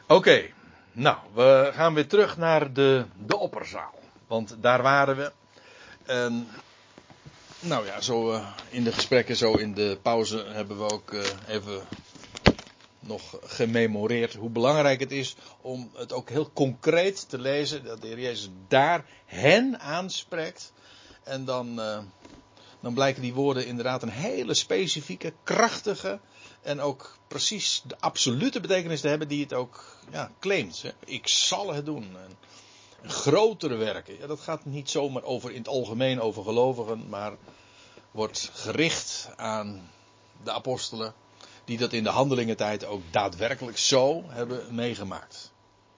Oké, nou, we gaan weer terug naar de opperzaal. Want daar waren we. Nou ja, zo in de gesprekken, zo in de pauze hebben we ook even nog gememoreerd hoe belangrijk het is om het ook heel concreet te lezen. Dat de Heer Jezus daar hen aanspreekt. En dan blijken die woorden inderdaad een hele specifieke, krachtige en ook precies de absolute betekenis te hebben die het ook claimt. Hè. Ik zal het doen. En grotere werken. Ja, dat gaat niet zomaar over in het algemeen over gelovigen, maar wordt gericht aan de apostelen die dat in de handelingentijd ook daadwerkelijk zo hebben meegemaakt.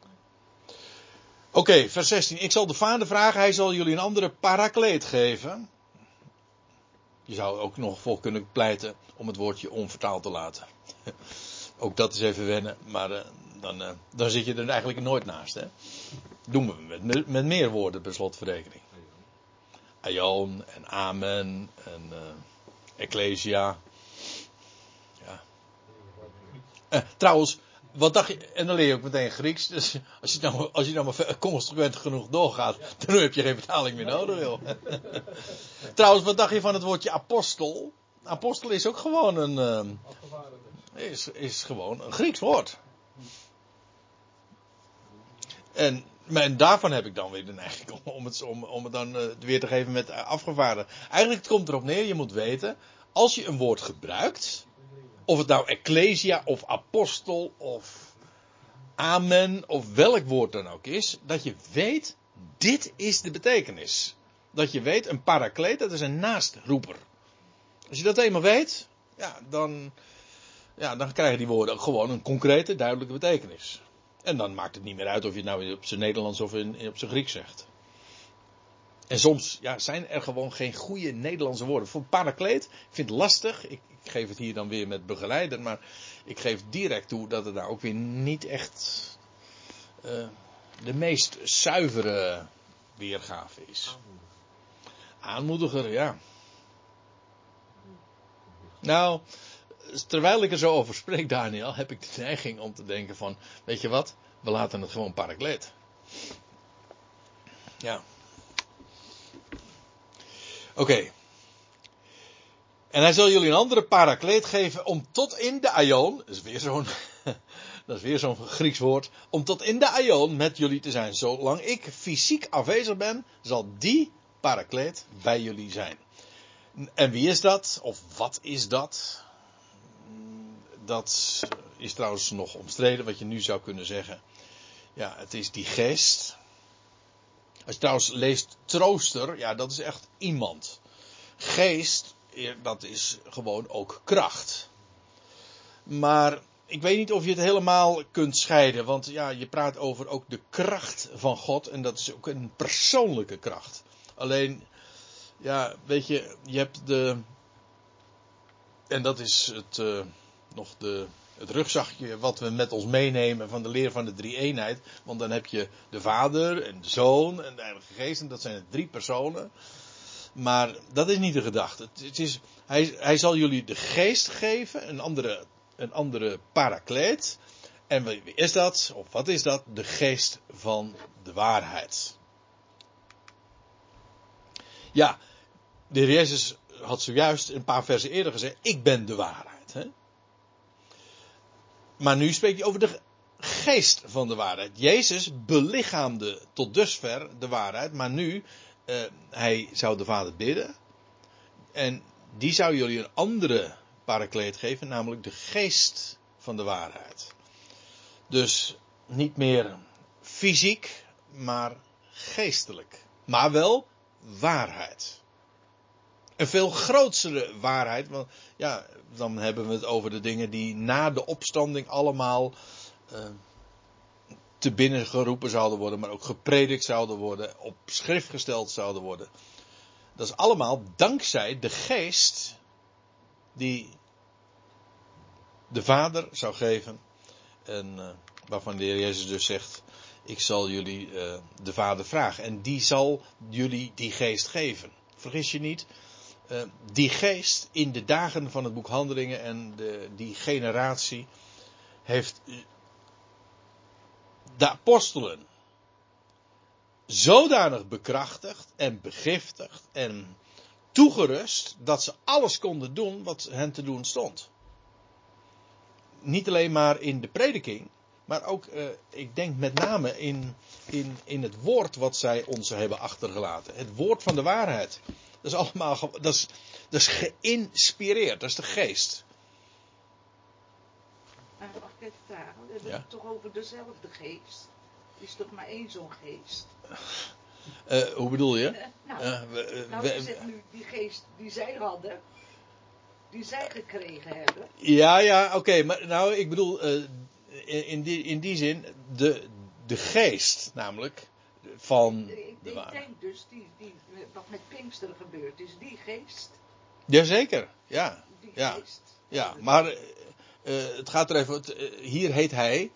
Oké, vers 16. Ik zal de Vader vragen, hij zal jullie een andere parakleet geven. Je zou ook nog voor kunnen pleiten om het woordje onvertaald te laten. Ook dat is even wennen, maar dan zit je er eigenlijk nooit naast. Hè? Doen we met meer woorden per slotverrekening. Aion en amen en ecclesia. Ja. Trouwens, wat dacht je, en dan leer je ook meteen Grieks. Dus als je nou maar consequent genoeg doorgaat, dan heb je geen vertaling meer nodig. Joh. Trouwens, wat dacht je van het woordje apostel? Apostel is ook gewoon is gewoon een Grieks woord. En daarvan heb ik dan weer de neiging om het dan weer te geven met afgevaardigd. Eigenlijk het komt erop neer, je moet weten, als je een woord gebruikt, of het nou ecclesia of apostel of amen of welk woord dan ook is, dat je weet, dit is de betekenis. Dat je weet, een parakleet, dat is een naastroeper. Als je dat eenmaal weet, dan krijgen die woorden ook gewoon een concrete, duidelijke betekenis. En dan maakt het niet meer uit of je het nou op zijn Nederlands of op zijn Grieks zegt. En soms zijn er gewoon geen goede Nederlandse woorden. Voor parakleet, ik vind het lastig. Ik geef het hier dan weer met begeleider. Maar ik geef direct toe dat het nou ook weer niet echt de meest zuivere weergave is. Aanmoediger, ja. Nou, terwijl ik er zo over spreek, Daniel, heb ik de neiging om te denken van, weet je wat, we laten het gewoon parakleet. Ja. Oké. En hij zal jullie een andere parakleet geven om tot in de aion, dat is weer zo'n Grieks woord, om tot in de aion met jullie te zijn. Zolang ik fysiek afwezig ben, zal die parakleet bij jullie zijn. En wie is dat? Of wat is dat? Dat is trouwens nog omstreden, wat je nu zou kunnen zeggen. Ja, het is die geest. Als je trouwens leest trooster, dat is echt iemand. Geest, dat is gewoon ook kracht. Maar ik weet niet of je het helemaal kunt scheiden. Want je praat over ook de kracht van God. En dat is ook een persoonlijke kracht. Alleen, weet je hebt en dat is het rugzakje wat we met ons meenemen van de leer van de drie-eenheid. Want dan heb je de Vader en de Zoon en de Heilige Geest. En dat zijn de 3 personen. Maar dat is niet de gedachte. Hij zal jullie de geest geven, een andere parakleet. En wie is dat? Of wat is dat? De geest van de waarheid. Ja, de Heer Jezus had zojuist een paar versen eerder gezegd, ik ben de waarheid. Hè? Maar nu spreekt hij over de geest van de waarheid. Jezus belichaamde tot dusver de waarheid, maar nu, hij zou de Vader bidden. En die zou jullie een andere parakleet geven, namelijk de geest van de waarheid. Dus niet meer fysiek, maar geestelijk. Maar wel waarheid. Een veel grotere waarheid, want dan hebben we het over de dingen die na de opstanding allemaal te binnen geroepen zouden worden, maar ook gepredikt zouden worden, op schrift gesteld zouden worden. Dat is allemaal dankzij de geest die de Vader zou geven. En waarvan de Heer Jezus dus zegt, ik zal jullie de Vader vragen. En die zal jullie die geest geven. Vergis je niet, die geest in de dagen van het boek Handelingen en die generatie heeft de apostelen zodanig bekrachtigd en begiftigd en toegerust dat ze alles konden doen wat hen te doen stond. Niet alleen maar in de prediking, maar ook, ik denk met name in het woord wat zij ons hebben achtergelaten. Het woord van de waarheid. Dat is allemaal, dat is geïnspireerd, dat is de geest. Maar mag ik even vragen? We hebben het toch over dezelfde geest? Er is toch maar één zo'n geest? Hoe bedoel je? Je zegt nu die geest die zij hadden, die zij gekregen hebben. Ja, oké, maar nou, ik bedoel, in die zin, de geest, namelijk, van de waarheid. Ik denk dus, wat met Pinksteren gebeurd is, die geest. Jazeker, ja. Die Ja, geest. ja, maar het gaat er even, hier heet hij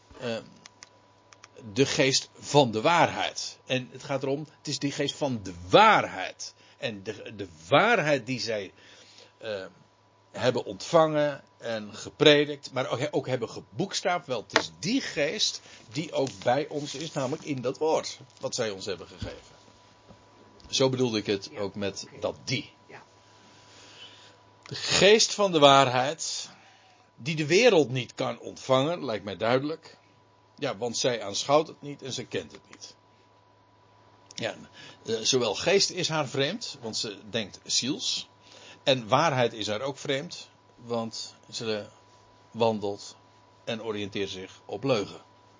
de geest van de waarheid. En het gaat erom, het is die geest van de waarheid. En de waarheid die zij hebben ontvangen en gepredikt, maar ook hebben geboekstaafd. Wel, het is die geest die ook bij ons is, namelijk in dat woord wat zij ons hebben gegeven. Zo bedoelde ik het ook met dat die. De geest van de waarheid, die de wereld niet kan ontvangen, lijkt mij duidelijk. Ja, want zij aanschouwt het niet en ze kent het niet. Ja, zowel geest is haar vreemd, want ze denkt ziels. En waarheid is haar ook vreemd, want ze wandelt en oriënteert zich op leugen.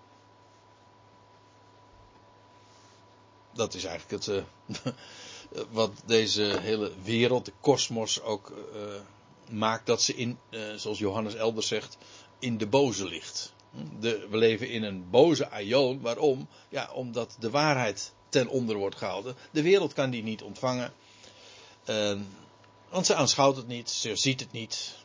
Dat is eigenlijk het wat deze hele wereld, de kosmos ook maakt, dat ze in, zoals Johannes elders zegt, in de boze ligt. We leven in een boze aion. Waarom? Ja, omdat de waarheid ten onder wordt gehouden. De wereld kan die niet ontvangen. Want ze aanschouwt het niet, ze ziet het niet.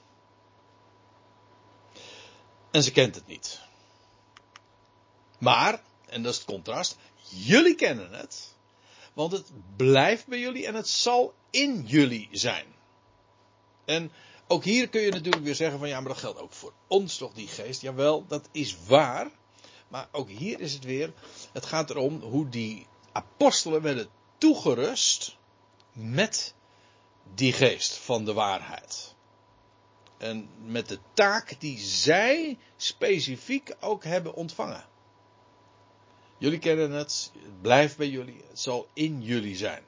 En ze kent het niet. Maar, en dat is het contrast, jullie kennen het. Want het blijft bij jullie en het zal in jullie zijn. En ook hier kun je natuurlijk weer zeggen van ja, maar dat geldt ook voor ons toch, die geest. Jawel, dat is waar. Maar ook hier is het weer, het gaat erom hoe die apostelen werden toegerust met die geest van de waarheid. En met de taak die zij specifiek ook hebben ontvangen. Jullie kennen het blijft bij jullie, het zal in jullie zijn.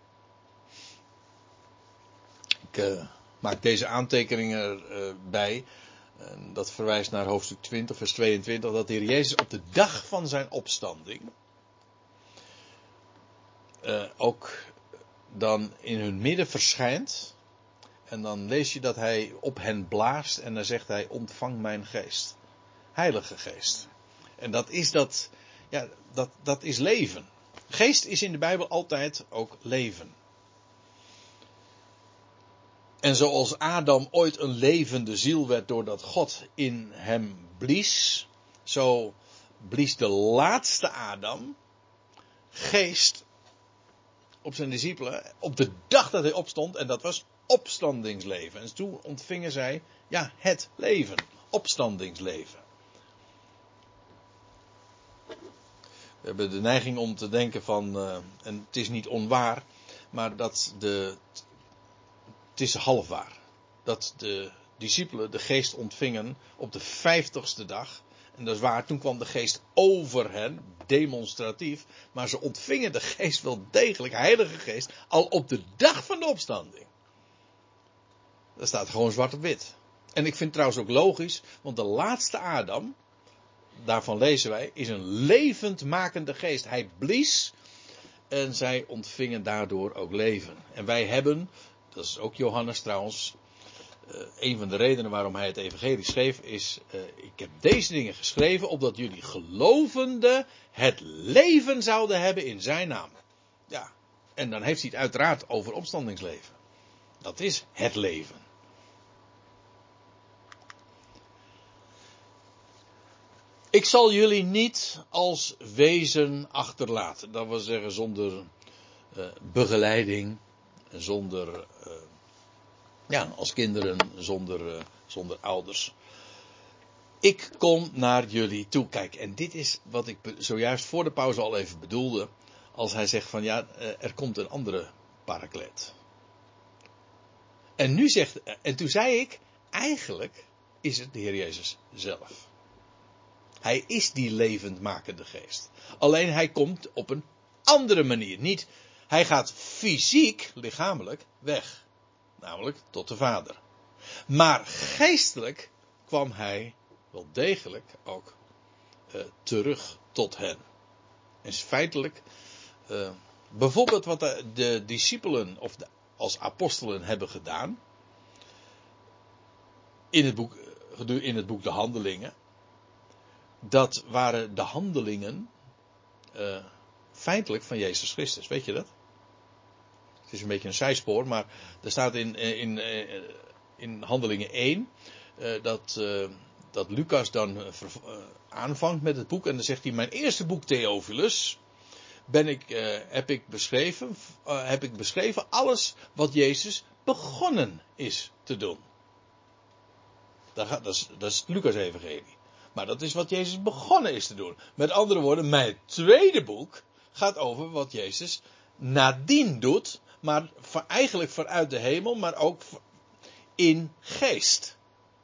Ik maak deze aantekeningen erbij. Dat verwijst naar hoofdstuk 20, vers 22, dat de Heer Jezus op de dag van zijn opstanding ook dan in hun midden verschijnt. En dan lees je dat hij op hen blaast en dan zegt hij, ontvang mijn geest. Heilige geest. En dat is dat is leven. Geest is in de Bijbel altijd ook leven. En zoals Adam ooit een levende ziel werd doordat God in hem blies, zo blies de laatste Adam geest op zijn discipelen op de dag dat hij opstond en dat was opstandingsleven. En toen ontvingen zij het leven, opstandingsleven. We hebben de neiging om te denken van, en het is niet onwaar, maar het is half waar. Dat de discipelen de geest ontvingen op de 50ste dag. En dat is waar, toen kwam de geest over hen, demonstratief. Maar ze ontvingen de geest wel degelijk, heilige geest, al op de dag van de opstanding. Dat staat gewoon zwart op wit. En ik vind het trouwens ook logisch, want de laatste Adam, daarvan lezen wij, is een levendmakende geest. Hij blies en zij ontvingen daardoor ook leven. En wij hebben, dat is ook Johannes trouwens, een van de redenen waarom hij het evangelie schreef is, ik heb deze dingen geschreven opdat jullie gelovende het leven zouden hebben in zijn naam. Ja, en dan heeft hij het uiteraard over opstandingsleven. Dat is het leven. Ik zal jullie niet als wezen achterlaten. Dat wil zeggen zonder begeleiding, zonder als kinderen, zonder ouders. Ik kom naar jullie toe. Kijk, en dit is wat ik zojuist voor de pauze al even bedoelde. Als hij zegt van ja, er komt een andere parakleet. En toen zei ik, eigenlijk is het de Heer Jezus zelf. Hij is die levendmakende geest. Alleen hij komt op een andere manier. Niet, hij gaat fysiek, lichamelijk, weg. Namelijk tot de Vader. Maar geestelijk kwam hij wel degelijk ook terug tot hen. En feitelijk, bijvoorbeeld wat de discipelen of als apostelen hebben gedaan. In het boek De Handelingen. Dat waren de handelingen feitelijk van Jezus Christus. Weet je dat? Het is een beetje een zijspoor, maar er staat in Handelingen 1 dat Lucas dan aanvangt met het boek. En dan zegt hij, mijn eerste boek Theophilus heb ik beschreven alles wat Jezus begonnen is te doen. Dat is het Lucas-evangelie. Maar dat is wat Jezus begonnen is te doen. Met andere woorden, mijn tweede boek gaat over wat Jezus nadien doet. Maar eigenlijk vanuit de hemel, maar ook in geest.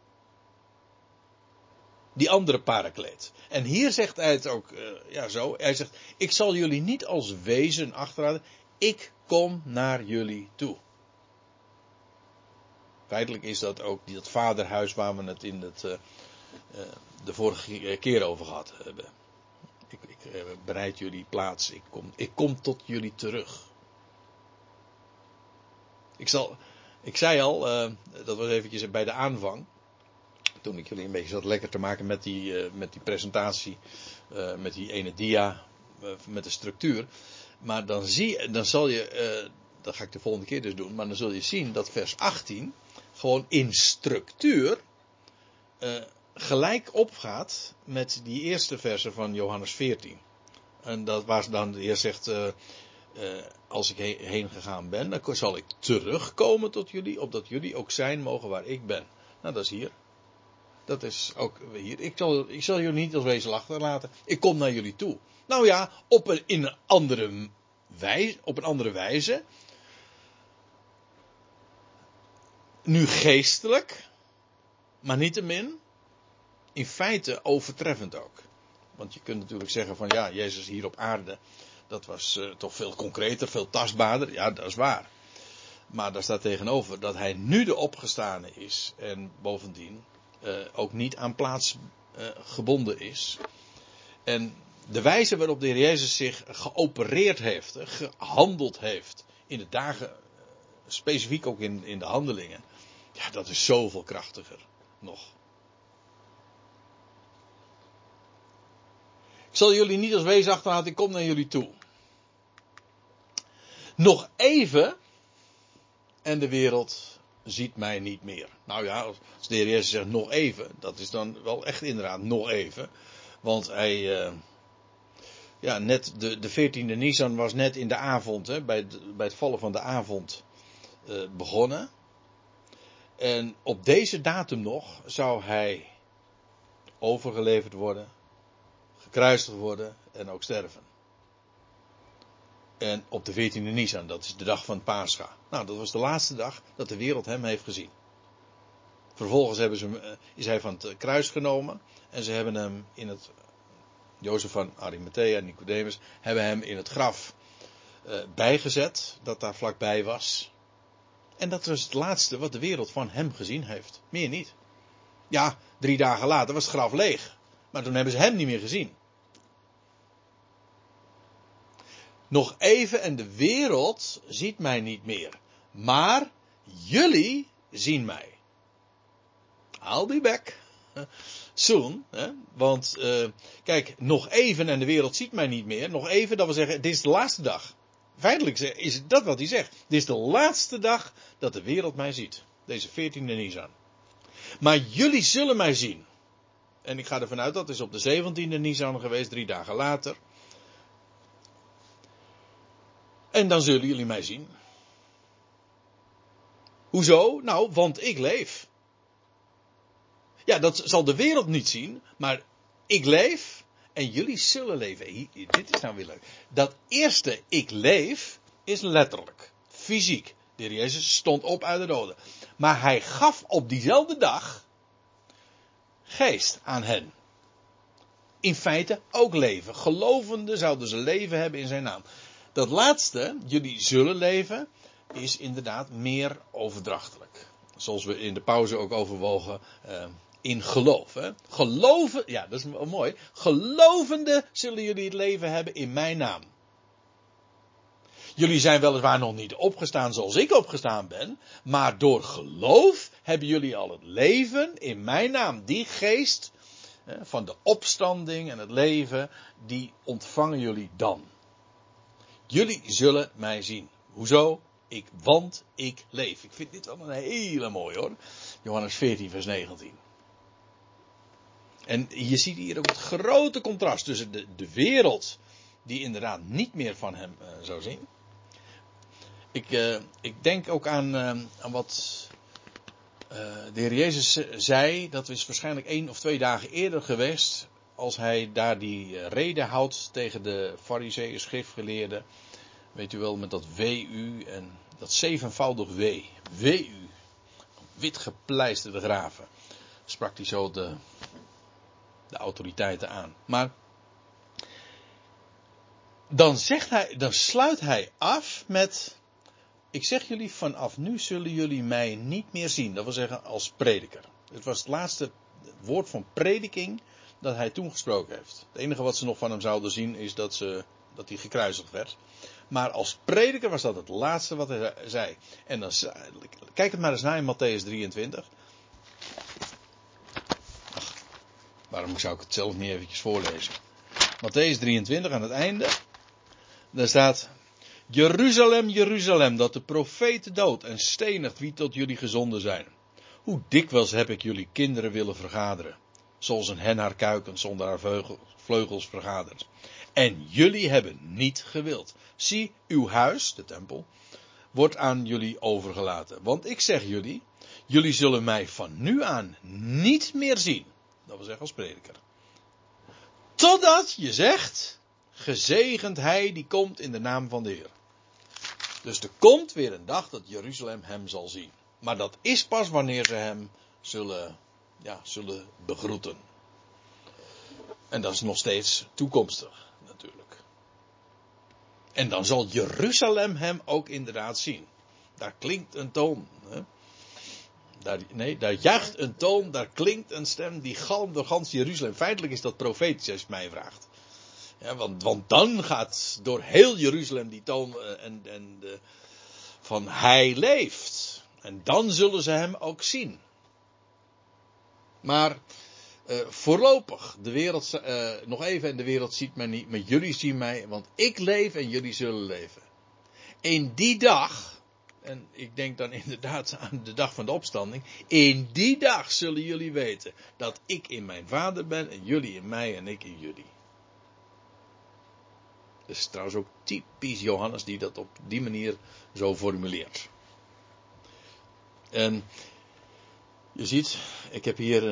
Die andere parakleet. En hier zegt hij het ook zo. Hij zegt, ik zal jullie niet als wezen achterlaten. Ik kom naar jullie toe. Feitelijk is dat ook dat vaderhuis waar we het in de vorige keer over gehad hebben. Ik bereid jullie plaats. Ik kom tot jullie terug. Ik zei al, dat was eventjes bij de aanvang. Toen ik jullie een beetje zat lekker te maken met die presentatie. Met die ene dia. Met de structuur. Maar dan zal je, dat ga ik de volgende keer dus doen. Maar dan zul je zien dat vers 18 gewoon in structuur gelijk opgaat met die eerste versen van Johannes 14. En dat waar dan de Heer zegt, als ik heen gegaan ben, dan zal ik terugkomen tot jullie, opdat jullie ook zijn mogen waar ik ben. Nou, dat is hier. Dat is ook hier. Ik zal jullie niet als wezen achterlaten. Ik kom naar jullie toe. Nou ja, op een andere wijze. Nu geestelijk, maar niettemin in feite overtreffend ook. Want je kunt natuurlijk zeggen van ja, Jezus hier op aarde, dat was toch veel concreter, veel tastbaarder. Ja, dat is waar. Maar daar staat tegenover dat hij nu de opgestane is en bovendien ook niet aan plaats gebonden is. En de wijze waarop de Heer Jezus zich geopereerd heeft, gehandeld heeft in de dagen, specifiek ook in de handelingen. Ja, dat is zoveel krachtiger nog. Ik zal jullie niet als wezen achterlaten, ik kom naar jullie toe. Nog even en de wereld ziet mij niet meer. Nou ja, als de Heer Jezus zegt nog even, dat is dan wel echt inderdaad nog even. Want hij, net de 14e Nisan was net in de avond, bij het vallen van de avond begonnen. En op deze datum nog zou hij overgeleverd worden, gekruisigd worden en ook sterven. En op de 14e Nisan, dat is de dag van Pascha. Nou, dat was de laatste dag dat de wereld hem heeft gezien. Vervolgens is hij van het kruis genomen en ze hebben hem Jozef van Arimathea en Nicodemus hebben hem in het graf bijgezet, dat daar vlakbij was. En dat was het laatste wat de wereld van hem gezien heeft. Meer niet. Ja, 3 dagen later was het graf leeg. Maar toen hebben ze hem niet meer gezien. Nog even en de wereld ziet mij niet meer. Maar jullie zien mij. I'll be back. Soon. Hè? Want kijk, nog even en de wereld ziet mij niet meer. Nog even, dat wil zeggen, dit is de laatste dag. Feitelijk is dat wat hij zegt. Dit is de laatste dag dat de wereld mij ziet. Deze 14e Nisan. Maar jullie zullen mij zien. En ik ga ervan uit dat is op de 17e Nisan geweest, 3 dagen later. En dan zullen jullie mij zien. Hoezo? Nou, want ik leef. Ja, dat zal de wereld niet zien, maar ik leef en jullie zullen leven. Dit is nou weer leuk. Dat eerste ik leef is letterlijk, fysiek. De Heer Jezus stond op uit de doden. Maar hij gaf op diezelfde dag geest aan hen. In feite ook leven. Gelovenden zouden ze leven hebben in zijn naam. Dat laatste, jullie zullen leven, is inderdaad meer overdrachtelijk. Zoals we in de pauze ook overwogen, in geloof. Hè. Geloven, ja dat is wel mooi. Gelovenden zullen jullie het leven hebben in mijn naam. Jullie zijn weliswaar nog niet opgestaan zoals ik opgestaan ben. Maar door geloof hebben jullie al het leven in mijn naam. Die geest van de opstanding en het leven, die ontvangen jullie dan. Jullie zullen mij zien. Hoezo? Want ik leef. Ik vind dit wel een hele mooie hoor. Johannes 14 vers 19. En je ziet hier ook het grote contrast tussen de wereld, die inderdaad niet meer van hem zou zien. Ik denk ook aan wat de Heer Jezus zei. Dat is waarschijnlijk 1 of 2 dagen eerder geweest. Als hij daar die rede houdt tegen de Farizeeën, schriftgeleerden. Weet u wel, met dat WU en dat 7voudig W. WU. Wit gepleisterde graven. Sprak hij zo de autoriteiten aan. Maar dan sluit hij af met: ik zeg jullie, vanaf nu zullen jullie mij niet meer zien. Dat wil zeggen als prediker. Het was het laatste woord van prediking dat hij toen gesproken heeft. Het enige wat ze nog van hem zouden zien is dat hij gekruisigd werd. Maar als prediker was dat het laatste wat hij zei. En dan, kijk het maar eens na in Mattheüs 23. Ach, waarom zou ik het zelf niet eventjes voorlezen? Mattheüs 23 aan het einde. Daar staat: Jeruzalem, Jeruzalem, dat de profeten doodt en stenigt wie tot jullie gezonden zijn. Hoe dikwijls heb ik jullie kinderen willen vergaderen, zoals een hen haar kuiken zonder haar vleugels vergadert. En jullie hebben niet gewild. Zie, uw huis, de tempel, wordt aan jullie overgelaten. Want ik zeg jullie, jullie zullen mij van nu aan niet meer zien. Dat wil zeggen als prediker. Totdat je zegt: gezegend hij die komt in de naam van de Heer. Dus er komt weer een dag dat Jeruzalem hem zal zien. Maar dat is pas wanneer ze hem zullen begroeten. En dat is nog steeds toekomstig, natuurlijk. En dan zal Jeruzalem hem ook inderdaad zien. Daar klinkt een toon. Hè? Daar juicht een toon, daar klinkt een stem, die galmt door gans Jeruzalem. Feitelijk is dat profetisch, als je het mij vraagt. Ja, want dan gaat door heel Jeruzalem die toon van hij leeft. En dan zullen ze hem ook zien. Maar voorlopig, de wereld, nog even, en de wereld ziet mij niet, maar jullie zien mij, want ik leef en jullie zullen leven. In die dag, en ik denk dan inderdaad aan de dag van de opstanding, in die dag zullen jullie weten dat ik in mijn Vader ben en jullie in mij en ik in jullie. Dat is trouwens ook typisch Johannes die dat op die manier zo formuleert. En je ziet, ik heb hier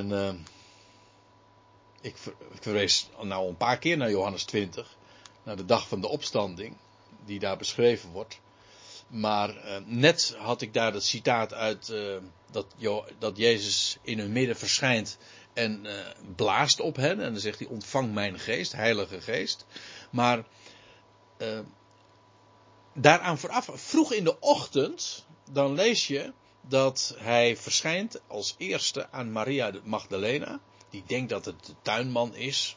ik verwees nou een paar keer naar Johannes 20. Naar de dag van de opstanding. Die daar beschreven wordt. Maar net had ik daar het citaat uit dat Jezus in hun midden verschijnt. En blaast op hen. En dan zegt hij: ontvang mijn geest, heilige geest. Maar daaraan vooraf, vroeg in de ochtend, dan lees je dat hij verschijnt als eerste aan Maria de Magdalena. Die denkt dat het de tuinman is.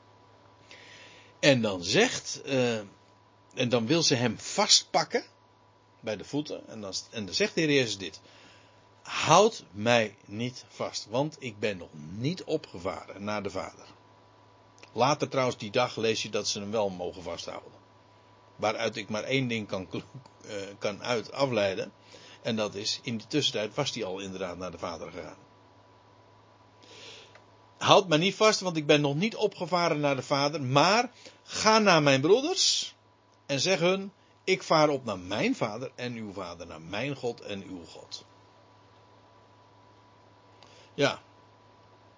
En dan en dan wil ze hem vastpakken bij de voeten. En dan zegt de Heer Jezus dit: houd mij niet vast, want ik ben nog niet opgevaren naar de Vader. Later trouwens die dag lees je dat ze hem wel mogen vasthouden. Waaruit ik maar één ding kan afleiden. En dat is, in de tussentijd was hij al inderdaad naar de Vader gegaan. Houd mij niet vast, want ik ben nog niet opgevaren naar de Vader. Maar ga naar mijn broeders en zeg hun: ik vaar op naar mijn Vader en uw Vader, naar mijn God en uw God. Ja.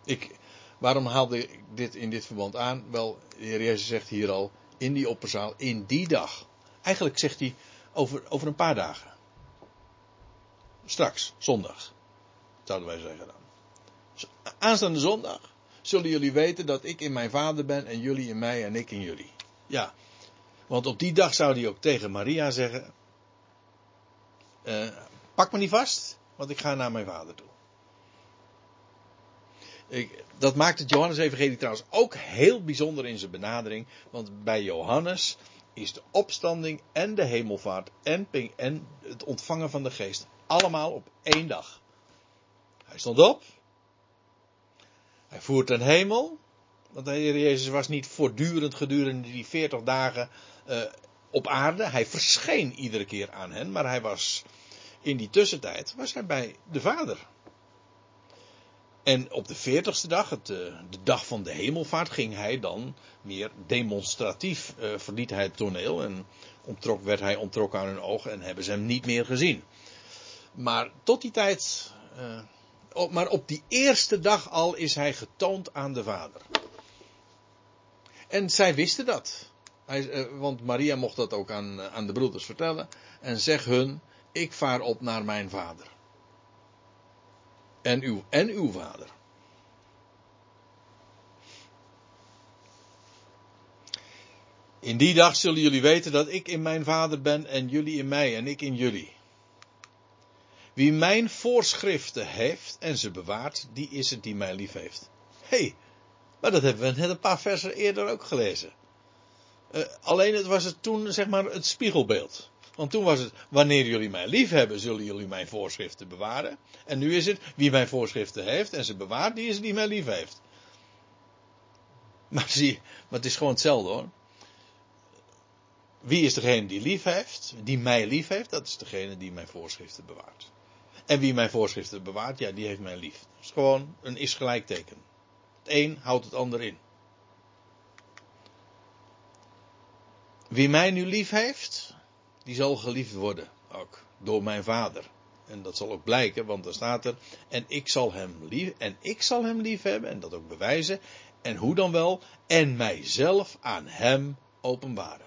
Waarom haalde ik dit in dit verband aan? Wel, de Heer Jezus zegt hier al, in die opperzaal, in die dag. Eigenlijk zegt hij over een paar dagen. Straks, zondag, zouden wij zeggen dan. Dus aanstaande zondag zullen jullie weten dat ik in mijn Vader ben en jullie in mij en ik in jullie. Ja, want op die dag zou hij ook tegen Maria zeggen, pak me niet vast, want ik ga naar mijn Vader toe. Dat maakt het Johannes-evangelie trouwens ook heel bijzonder in zijn benadering. Want bij Johannes is de opstanding en de hemelvaart en het ontvangen van de geest allemaal op één dag. Hij stond op. Hij voert ten hemel. Want de Heer Jezus was niet voortdurend gedurende die 40 dagen op aarde. Hij verscheen iedere keer aan hen. Maar hij was in die tussentijd bij de Vader. En op de 40ste dag, de dag van de hemelvaart, ging hij dan meer demonstratief, verliet hij het toneel en werd hij ontrokken aan hun ogen en hebben ze hem niet meer gezien. Maar tot die tijd, maar op die eerste dag al is hij getoond aan de Vader. En zij wisten dat. Want Maria mocht dat ook aan de broeders vertellen. En zeg hun, ik vaar op naar mijn Vader. En uw Vader. In die dag zullen jullie weten dat ik in mijn Vader ben en jullie in mij en ik in jullie. Wie mijn voorschriften heeft en ze bewaart, die is het die mij lief heeft. Maar dat hebben we net een paar versen eerder ook gelezen. Alleen was het toen zeg maar het spiegelbeeld. Want toen was het, wanneer jullie mij lief hebben, zullen jullie mijn voorschriften bewaren. En nu is het, wie mijn voorschriften heeft en ze bewaart, die is het die mij lief heeft. Maar het is gewoon hetzelfde hoor. Wie is degene die lief heeft, die mij lief heeft? Dat is degene die mijn voorschriften bewaart. En wie mijn voorschriften bewaart, ja, die heeft mij lief. Dat is gewoon een is-gelijkteken. Het een houdt het ander in. Wie mij nu lief heeft, die zal geliefd worden ook door mijn Vader. En dat zal ook blijken, want er staat er, en ik zal hem lief hebben, en dat ook bewijzen. En hoe dan wel? En mijzelf aan hem openbaren.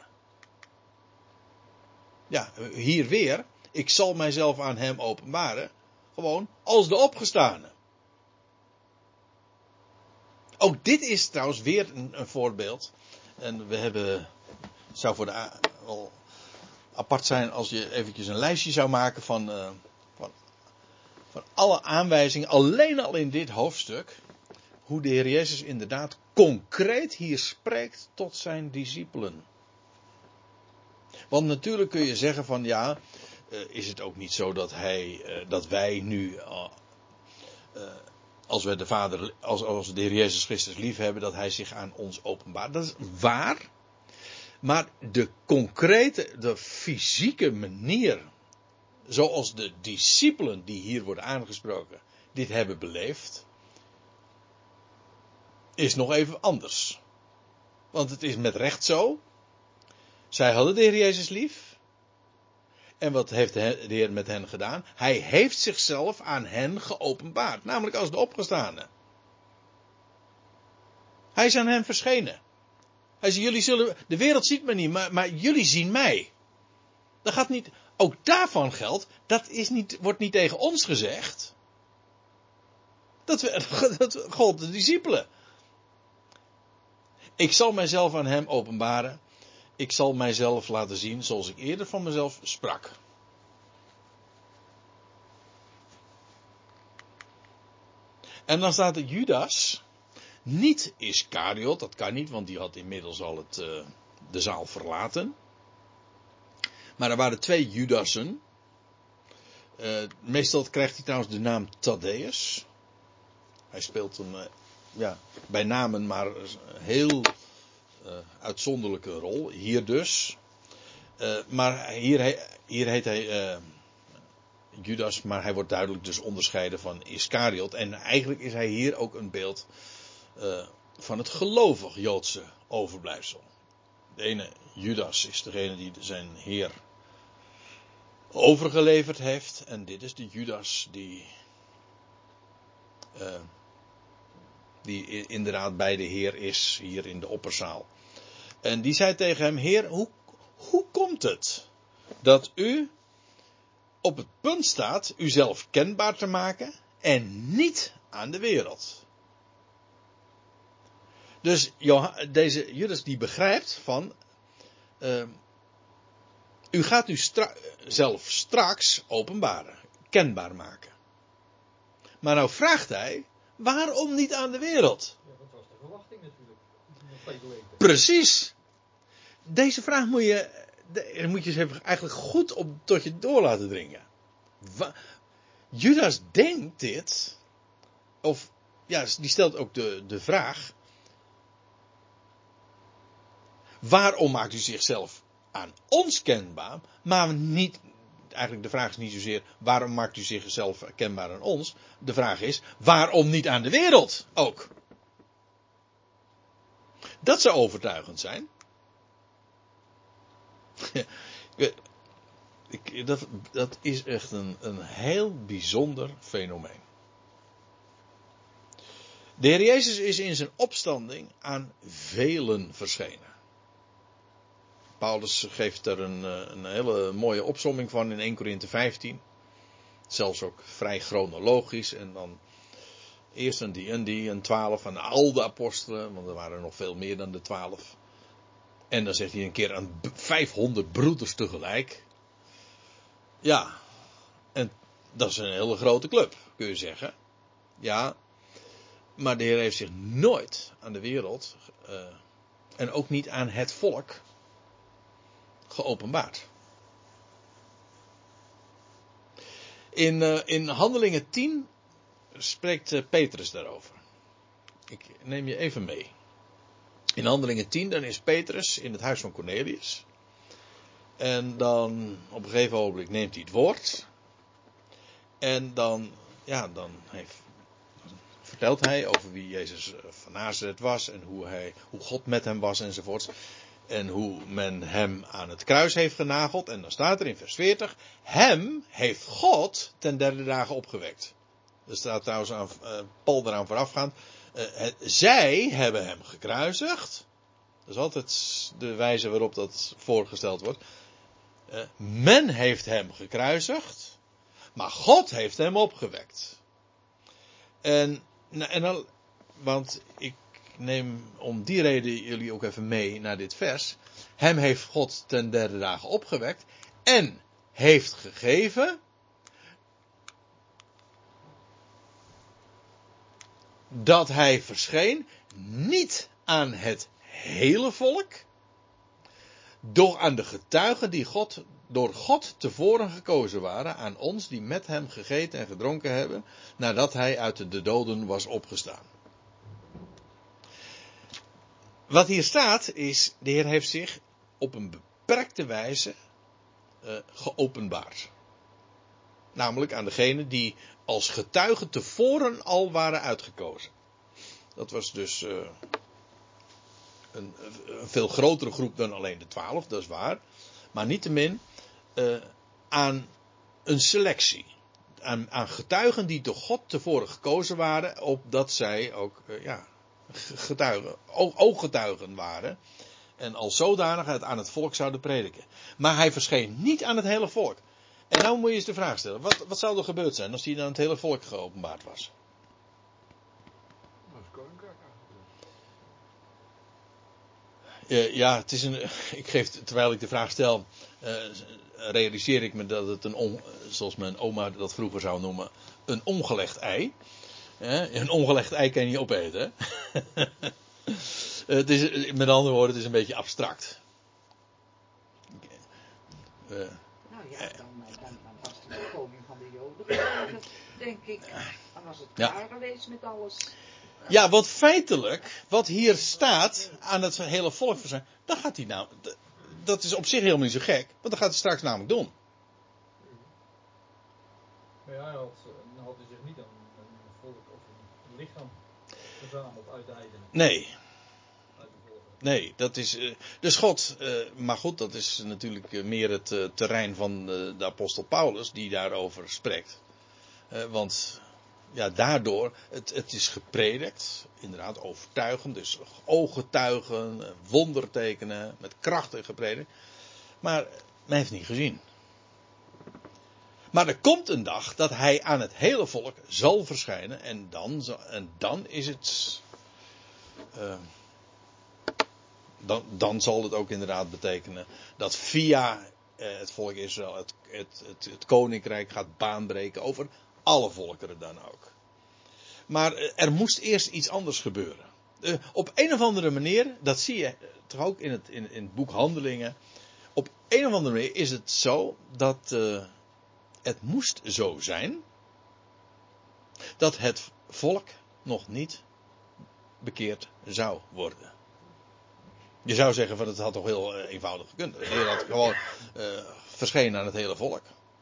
Ja, hier weer, ik zal mijzelf aan hem openbaren, gewoon als de opgestane. Ook dit is trouwens weer een voorbeeld. En het zou voor wel apart zijn als je eventjes een lijstje zou maken van alle aanwijzingen, alleen al in dit hoofdstuk, hoe de Heer Jezus inderdaad concreet hier spreekt tot zijn discipelen. Want natuurlijk kun je zeggen van ja, is het ook niet zo dat wij nu, als we de Vader, als de Heer Jezus Christus lief hebben, dat hij zich aan ons openbaart. Dat is waar. Maar de fysieke manier, zoals de discipelen die hier worden aangesproken, dit hebben beleefd, is nog even anders. Want het is met recht zo. Zij hadden de Heer Jezus lief. En wat heeft de Heer met hen gedaan? Hij heeft zichzelf aan hen geopenbaard. Namelijk als de opgestane. Hij is aan hen verschenen. Hij zei, de wereld ziet me niet, maar jullie zien mij. Dat gaat niet, ook daarvan geldt, wordt niet tegen ons gezegd. Dat gold de discipelen. Ik zal mijzelf aan hem openbaren. Ik zal mijzelf laten zien zoals ik eerder van mezelf sprak. En dan staat er Judas, niet Iskariot, dat kan niet, want die had inmiddels al de zaal verlaten. Maar er waren 2 Judassen. Meestal krijgt hij trouwens de naam Thaddeus. Hij speelt een, bij namen maar een heel uitzonderlijke rol. Hier dus. Maar hier heet hij Judas, maar hij wordt duidelijk dus onderscheiden van Iskariot. En eigenlijk is hij hier ook een beeld van het gelovig Joodse overblijfsel. De ene Judas is degene die zijn Heer overgeleverd heeft. En dit is de Judas die die inderdaad bij de Heer is, hier in de opperzaal. En die zei tegen hem: Heer, hoe komt het dat u op het punt staat uzelf kenbaar te maken en niet aan de wereld? Dus deze Judas die begrijpt van, u gaat u zelf straks openbaren, kenbaar maken. Maar nou vraagt hij, waarom niet aan de wereld? Ja, dat was de verwachting natuurlijk. Nog veel weten. Precies. Deze vraag moet je eens eigenlijk goed tot je door laten dringen. Judas denkt dit, of ja, die stelt ook de vraag: waarom maakt u zichzelf aan ons kenbaar, maar niet, eigenlijk de vraag is niet zozeer waarom maakt u zichzelf kenbaar aan ons, de vraag is waarom niet aan de wereld ook. Dat zou overtuigend zijn. Dat is echt een heel bijzonder fenomeen. De Heer Jezus is in zijn opstanding aan velen verschenen. Paulus geeft er een hele mooie opsomming van in 1 Korinthe 15. Zelfs ook vrij chronologisch. En dan eerst een die en 12 aan al de apostelen. Want er waren nog veel meer dan de 12. En dan zegt hij een keer aan 500 broeders tegelijk. Ja, en dat is een hele grote club, kun je zeggen. Ja, maar de Heer heeft zich nooit aan de wereld en ook niet aan het volk geopenbaard. In Handelingen 10 spreekt Petrus daarover. Ik neem je even mee. In Handelingen 10 dan is Petrus in het huis van Cornelius. En dan op een gegeven ogenblik neemt hij het woord. En dan vertelt hij over wie Jezus van Nazareth was. En hoe God met hem was enzovoorts. En hoe men hem aan het kruis heeft genageld. En dan staat er in vers 40. Hem heeft God ten derde dagen opgewekt. Er staat trouwens aan Paul eraan voorafgaand. Zij hebben hem gekruisigd. Dat is altijd de wijze waarop dat voorgesteld wordt. Men heeft hem gekruisigd. Maar God heeft hem opgewekt. Want ik neem om die reden jullie ook even mee naar dit vers. Hem heeft God ten derde dagen opgewekt. En heeft gegeven dat hij verscheen niet aan het hele volk, doch aan de getuigen die door God tevoren gekozen waren, aan ons die met hem gegeten en gedronken hebben, nadat hij uit de doden was opgestaan. Wat hier staat is, de Heer heeft zich op een beperkte wijze geopenbaard. Namelijk aan degenen die als getuigen tevoren al waren uitgekozen. Dat was dus een veel grotere groep dan alleen de 12, dat is waar. Maar niettemin aan een selectie. Aan getuigen die door God tevoren gekozen waren, opdat zij ook ooggetuigen waren. En als zodanig het aan het volk zouden prediken. Maar hij verscheen niet aan het hele volk. En nou moet je eens de vraag stellen. Wat zou er gebeurd zijn als hij aan het hele volk geopenbaard was? Dat is koninkrijk Ja, het is ik geef, terwijl ik de vraag stel, realiseer ik me dat het zoals mijn oma dat vroeger zou noemen, een ongelegd ei. Een ongelegd ei kan je niet opeten. Het is, met andere woorden, het is een beetje abstract. Nou ja, dan was hij de koning van de Joden geweest, denk ik. Dan was het klaar geweest met alles. Ja, want feitelijk, wat hier staat aan het hele volk verschijnen, dan gaat hij nou, dat is op zich helemaal niet zo gek, want dat gaat hij straks namelijk doen. Maar ja, dan had hij zich niet aan een volk of een lichaam verzameld uit de heidenen. Nee. Uit de volken. Nee, dat is, dus God, maar goed, dat is natuurlijk meer het terrein van de apostel Paulus die daarover spreekt. Want ja, daardoor, het is gepredikt, inderdaad overtuigend, dus ooggetuigen, wondertekenen, met krachten gepredikt. Maar men heeft niet gezien. Maar er komt een dag dat hij aan het hele volk zal verschijnen en dan is het... Dan zal het ook inderdaad betekenen dat via het volk Israël het koninkrijk gaat baanbreken over alle volkeren dan ook. Maar er moest eerst iets anders gebeuren. Op een of andere manier, dat zie je toch ook in het boek Handelingen. Op een of andere manier is het zo dat het moest zo zijn dat het volk nog niet bekeerd zou worden. Je zou zeggen van het had toch heel eenvoudig gekund. De Heer had gewoon verschenen aan het hele volk.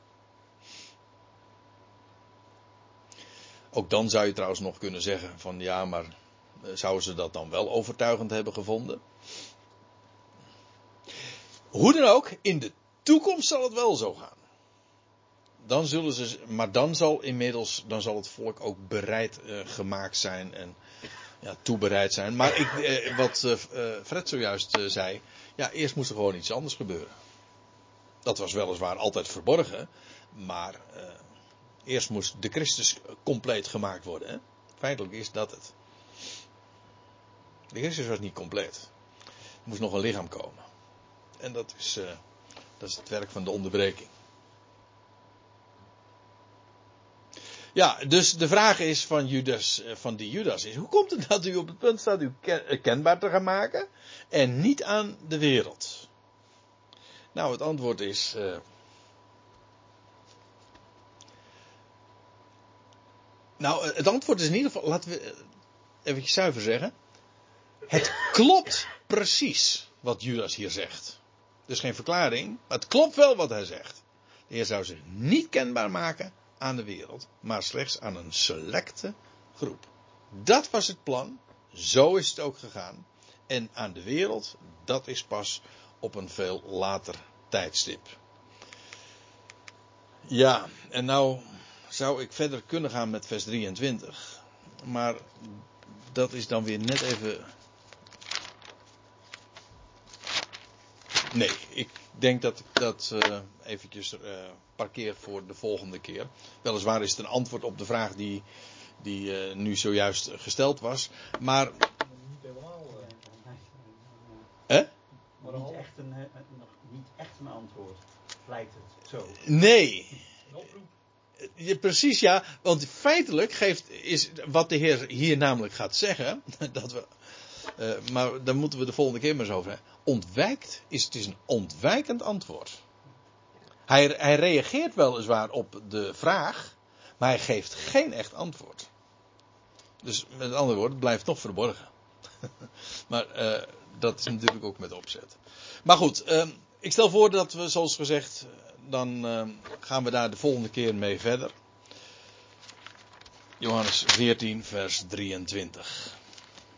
Ook dan zou je trouwens nog kunnen zeggen van ja, maar zouden ze dat dan wel overtuigend hebben gevonden? Hoe dan ook, in de toekomst zal het wel zo gaan. Dan zal het volk ook bereid gemaakt zijn en toebereid zijn. Maar wat Fred zojuist zei, ja, eerst moest er gewoon iets anders gebeuren. Dat was weliswaar altijd verborgen, maar eerst moest de Christus compleet gemaakt worden. Hè? Feitelijk is dat het. De Christus was niet compleet. Er moest nog een lichaam komen. En dat is het werk van de onderbreking. Ja, dus de vraag is van die Judas is, hoe komt het dat u op het punt staat u kenbaar te gaan maken en niet aan de wereld? Nou, het antwoord is, het antwoord is in ieder geval, laten we even zuiver zeggen, het klopt precies wat Judas hier zegt. Dus geen verklaring, maar het klopt wel wat hij zegt. De Heer zou zich niet kenbaar maken aan de wereld, maar slechts aan een selecte groep. Dat was het plan, zo is het ook gegaan. En aan de wereld, dat is pas op een veel later tijdstip. Ja, en nou zou ik verder kunnen gaan met vers 23. Maar dat is dan weer net even... Nee, ik denk dat ik dat eventjes parkeer voor de volgende keer. Weliswaar is het een antwoord op de vraag die nu zojuist gesteld was. Maar... Niet helemaal. Niet echt een antwoord, lijkt het zo. Nee. Een oproep. Ja, precies ja, want feitelijk is wat de Heer hier namelijk gaat zeggen, dat we... maar daar moeten we de volgende keer maar eens over hebben. Het is een ontwijkend antwoord. Hij reageert weliswaar op de vraag, maar hij geeft geen echt antwoord. Dus met andere woorden, het blijft nog verborgen. Maar dat is natuurlijk ook met opzet. Maar goed, ik stel voor dat we, zoals gezegd, dan gaan we daar de volgende keer mee verder. Johannes 14, vers 23.